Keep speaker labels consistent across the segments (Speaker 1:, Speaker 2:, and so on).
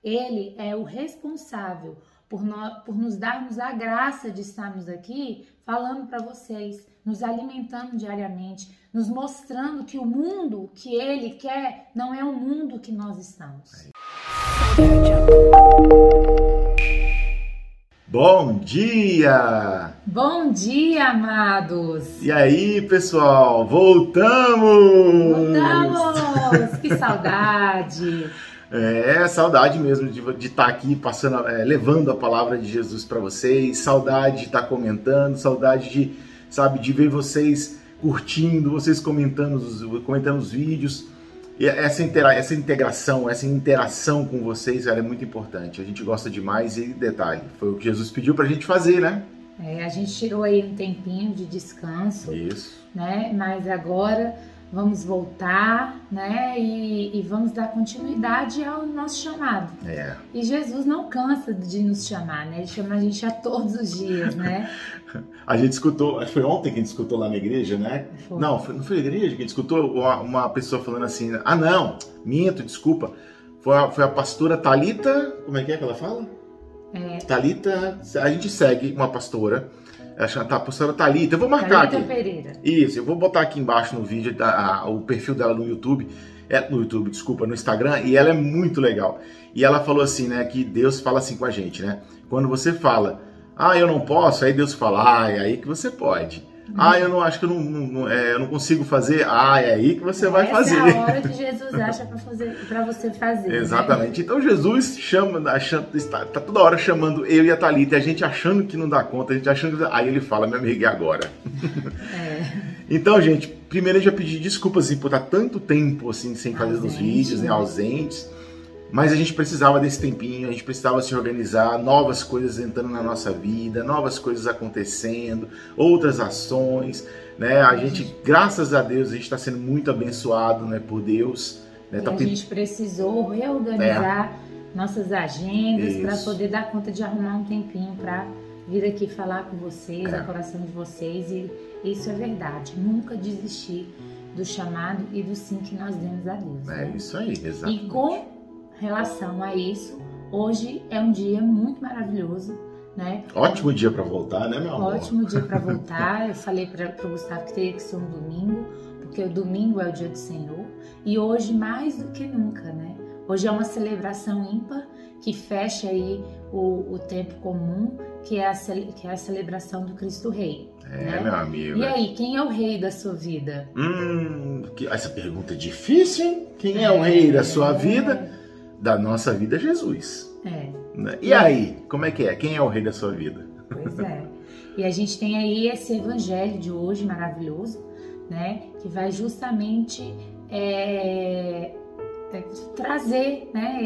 Speaker 1: Ele é o responsável por nos darmos a graça de estarmos aqui falando para vocês, nos alimentando diariamente, nos mostrando que o mundo que Ele quer não é o mundo que nós estamos.
Speaker 2: Bom dia!
Speaker 1: Bom dia, amados!
Speaker 2: E aí, pessoal? Voltamos!
Speaker 1: Voltamos! Que saudade!
Speaker 2: Saudade mesmo de estar aqui passando, levando a palavra de Jesus para vocês, saudade de estar comentando, saudade de ver vocês curtindo, vocês comentando os vídeos. E essa integração, essa interação com vocês é muito importante. A gente gosta demais e, detalhe, foi o que Jesus pediu pra gente fazer, né?
Speaker 1: A gente tirou aí um tempinho de descanso.
Speaker 2: Isso.
Speaker 1: Né? Mas agora vamos voltar, né? E vamos dar continuidade ao nosso chamado. E Jesus não cansa de nos chamar, né? Ele chama a gente a todos os dias, né?
Speaker 2: A gente escutou, acho que foi ontem que a gente escutou lá na igreja, né?
Speaker 1: Foi.
Speaker 2: Não foi na igreja que a gente escutou uma pessoa falando assim, minto, desculpa. Foi a pastora Thalita, como é que ela fala? Thalita, a gente segue uma pastora, a pastora Thalita, eu vou marcar
Speaker 1: Thalita
Speaker 2: aqui.
Speaker 1: Pereira.
Speaker 2: Isso, eu vou botar aqui embaixo no vídeo o perfil dela no YouTube, no Instagram, e ela é muito legal. E ela falou assim, né, que Deus fala assim com a gente, né? Quando você fala, eu não posso, aí Deus fala, é aí que você pode. Eu não acho que eu não consigo fazer, é aí que você vai fazer.
Speaker 1: Essa é a hora que Jesus acha para você fazer.
Speaker 2: Exatamente.
Speaker 1: Né?
Speaker 2: Então Jesus tá toda hora chamando eu e a Thalita, e a gente achando que não dá conta, aí ele fala, meu amigo, e agora? Então, gente, primeiro eu já pedi desculpas assim, por estar tanto tempo assim, sem fazer os vídeos, né, ausentes. Mas a gente precisava desse tempinho, a gente precisava se organizar, novas coisas entrando na nossa vida, novas coisas acontecendo, outras ações, né? A gente, graças a Deus, a gente está sendo muito abençoado, né, por Deus. Né?
Speaker 1: A gente precisou reorganizar nossas agendas para poder dar conta de arrumar um tempinho para vir aqui falar com vocês, o coração de vocês, e isso é verdade. Nunca desistir do chamado e do sim que nós demos a Deus.
Speaker 2: É isso aí, exatamente.
Speaker 1: E com relação a isso, hoje é um dia muito maravilhoso, né?
Speaker 2: Ótimo dia para voltar, né, meu amor?
Speaker 1: Ótimo dia para voltar. Eu falei para o Gustavo que teria que ser um domingo, porque o domingo é o dia do Senhor, e hoje mais do que nunca, né? Hoje é uma celebração ímpar que fecha aí o tempo comum, que é a celebração do Cristo Rei. Né?
Speaker 2: Meu amigo.
Speaker 1: E aí, quem é o rei da sua vida?
Speaker 2: Essa pergunta é difícil, hein? Quem é o rei da sua vida? Da nossa vida é Jesus. E aí, como é que é? Quem é o rei da sua vida?
Speaker 1: Pois é. E a gente tem aí esse evangelho de hoje maravilhoso, né? Que vai justamente trazer, né?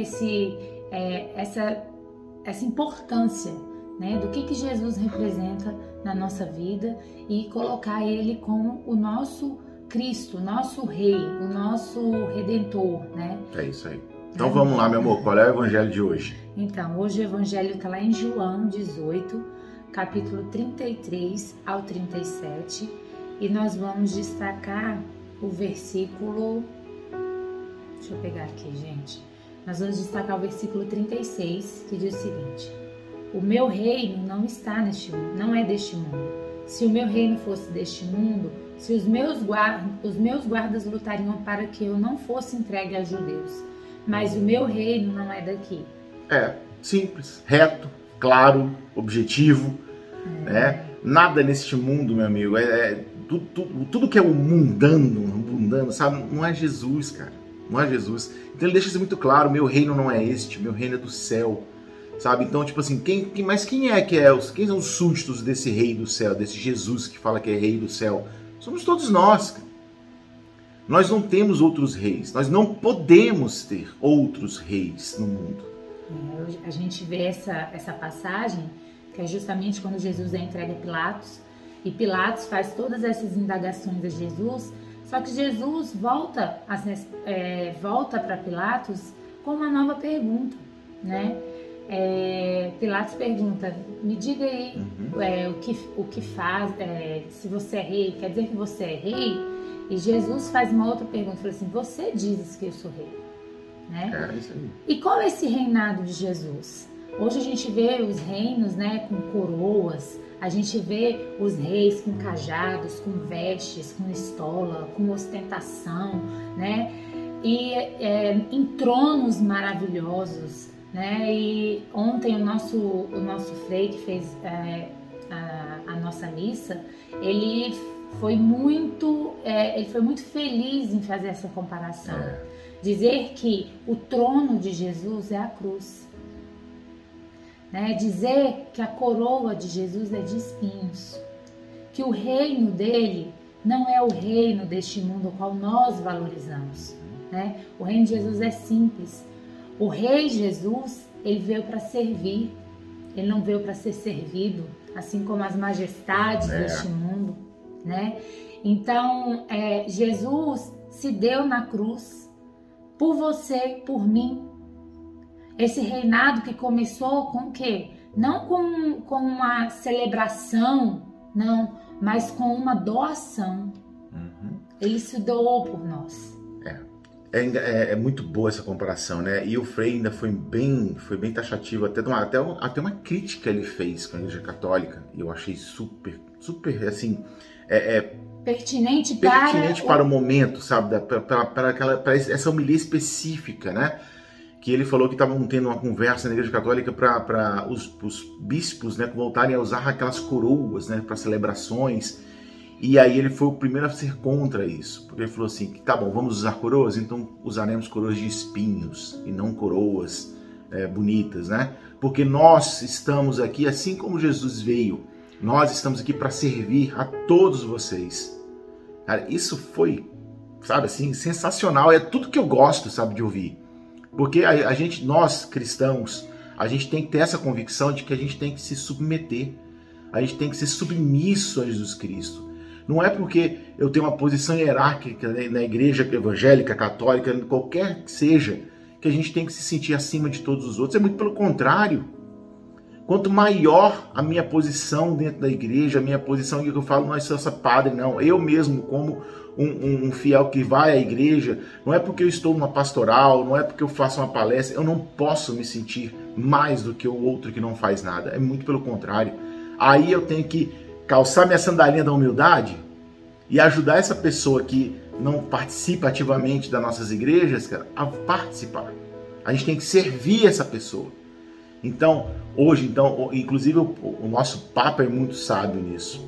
Speaker 1: Essa importância, né? Do que Jesus representa na nossa vida e colocar ele como o nosso Cristo, o nosso Rei, o nosso Redentor, né?
Speaker 2: É isso aí. Então vamos lá, meu amor, qual é o evangelho de hoje?
Speaker 1: Então, hoje o evangelho está lá em João 18, capítulo 33 ao 37, e nós vamos destacar o versículo... Deixa eu pegar aqui, gente. Nós vamos destacar o versículo 36, que diz o seguinte: o meu reino não está neste mundo, não é deste mundo. Se o meu reino fosse deste mundo, se os meus guardas lutariam para que eu não fosse entregue aos judeus. Mas o meu reino não é daqui.
Speaker 2: Simples, reto, claro, objetivo. Né? Nada neste mundo, meu amigo, tudo que é o mundano, sabe? Não é Jesus, cara. Não é Jesus. Então ele deixa isso muito claro, meu reino não é este, meu reino é do céu. Sabe? Então, tipo assim, quem são os súditos desse rei do céu, desse Jesus que fala que é rei do céu? Somos todos nós, cara. Nós não temos outros reis, nós não podemos ter outros reis no mundo.
Speaker 1: A gente vê essa passagem, que é justamente quando Jesus é entregue a Pilatos, e Pilatos faz todas essas indagações a Jesus, só que Jesus volta para Pilatos com uma nova pergunta, né? Pilatos pergunta, me diga aí o que faz, se você é rei, quer dizer que você é rei? E Jesus faz uma outra pergunta, fala assim, você dizes que eu sou rei. né?
Speaker 2: É isso aí.
Speaker 1: E qual é esse reinado de Jesus? Hoje a gente vê os reinos, né, com coroas, a gente vê os reis com cajados, com vestes, com estola, com ostentação, né? E em tronos maravilhosos, né? E ontem o nosso frei que fez a nossa missa, ele foi muito feliz em fazer essa comparação. Dizer que o trono de Jesus é a cruz. Né? Dizer que a coroa de Jesus é de espinhos. Que o reino dele não é o reino deste mundo ao qual nós valorizamos. Né? O reino de Jesus é simples. O rei Jesus, ele veio para servir. Ele não veio para ser servido, assim como as majestades deste mundo. Né? Então, Jesus se deu na cruz por você, por mim. Esse reinado que começou com o quê? Não com uma celebração, não, mas com uma doação. Ele se doou por nós.
Speaker 2: É muito boa essa comparação, né? E o Frei ainda foi bem taxativo, até uma crítica ele fez com a Igreja Católica, e eu achei super, assim...
Speaker 1: pertinente
Speaker 2: para o momento, sabe? Para essa homilia específica, né? Que ele falou que estavam tendo uma conversa na Igreja Católica para os bispos, né, voltarem a usar aquelas coroas, né, para celebrações. E aí ele foi o primeiro a ser contra isso, porque ele falou assim, tá bom, vamos usar coroas, então usaremos coroas de espinhos e não coroas bonitas, né? Porque nós estamos aqui, assim como Jesus veio, nós estamos aqui para servir a todos vocês. Cara, isso foi, sabe, assim, sensacional. É tudo que eu gosto, sabe, de ouvir. Porque nós cristãos, a gente tem que ter essa convicção de que a gente tem que se submeter. A gente tem que ser submisso a Jesus Cristo. Não é porque eu tenho uma posição hierárquica na igreja evangélica, católica, qualquer que seja, que a gente tem que se sentir acima de todos os outros. É muito pelo contrário. Quanto maior a minha posição dentro da igreja, a minha posição, que eu falo, não é só padre, não. Eu mesmo, como um fiel que vai à igreja, não é porque eu estou numa pastoral, não é porque eu faço uma palestra, eu não posso me sentir mais do que o outro que não faz nada. É muito pelo contrário. Aí eu tenho que calçar minha sandalinha da humildade e ajudar essa pessoa que não participa ativamente das nossas igrejas, cara, a participar. A gente tem que servir essa pessoa. Então, hoje, inclusive o nosso Papa é muito sábio nisso.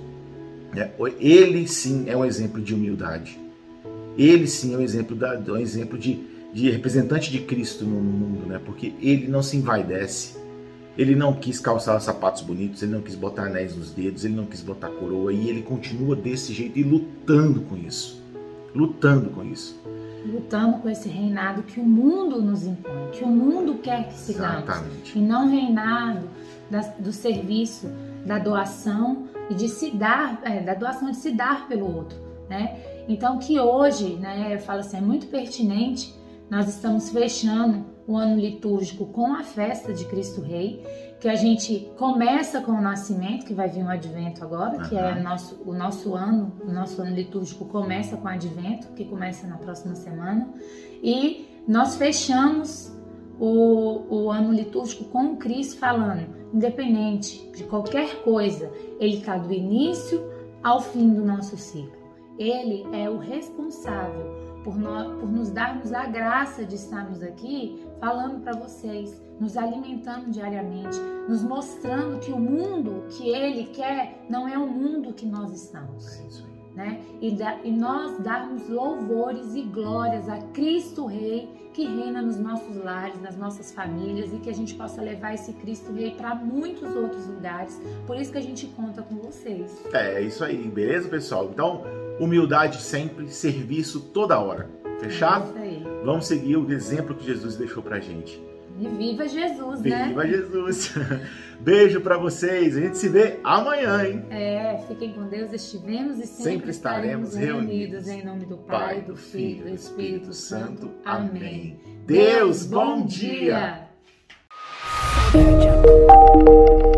Speaker 2: Ele sim é um exemplo de humildade. Ele sim é um exemplo de representante de Cristo no mundo, né? Porque ele não se envaidece. Ele não quis calçar sapatos bonitos, ele não quis botar anéis nos dedos, ele não quis botar coroa, e ele continua desse jeito e lutando com isso. Lutando com esse reinado que o mundo nos impõe, que o mundo quer que sigamos.
Speaker 1: Exatamente. E não o reinado do serviço, da doação e de se dar, da doação de se dar pelo outro, né? Então que hoje, né, eu falo assim, é muito pertinente, nós estamos fechando o ano litúrgico com a festa de Cristo Rei, que a gente começa com o nascimento, que vai vir o advento agora, que é o nosso ano litúrgico começa com o advento, que começa na próxima semana, e nós fechamos o ano litúrgico com o Cristo falando, independente de qualquer coisa, ele está do início ao fim do nosso ciclo. Ele é o responsável por nos darmos a graça de estarmos aqui falando para vocês, nos alimentando diariamente, nos mostrando que o mundo que Ele quer não é o mundo que nós estamos.
Speaker 2: É isso aí.
Speaker 1: Né? E nós darmos louvores e glórias a Cristo Rei, que reina nos nossos lares, nas nossas famílias, e que a gente possa levar esse Cristo Rei para muitos outros lugares. Por isso que a gente conta com vocês.
Speaker 2: É isso aí, beleza, pessoal? Então, humildade sempre, serviço toda hora. Fechado?
Speaker 1: É isso aí.
Speaker 2: Vamos seguir o exemplo que Jesus deixou pra gente.
Speaker 1: E viva Jesus, né?
Speaker 2: Viva Jesus! Beijo pra vocês, a gente se vê amanhã, hein?
Speaker 1: Fiquem com Deus, estivemos e
Speaker 2: sempre estaremos reunidos
Speaker 1: em nome do Pai, do Filho e do Espírito Santo. Amém.
Speaker 2: Deus, bom dia!
Speaker 1: dia.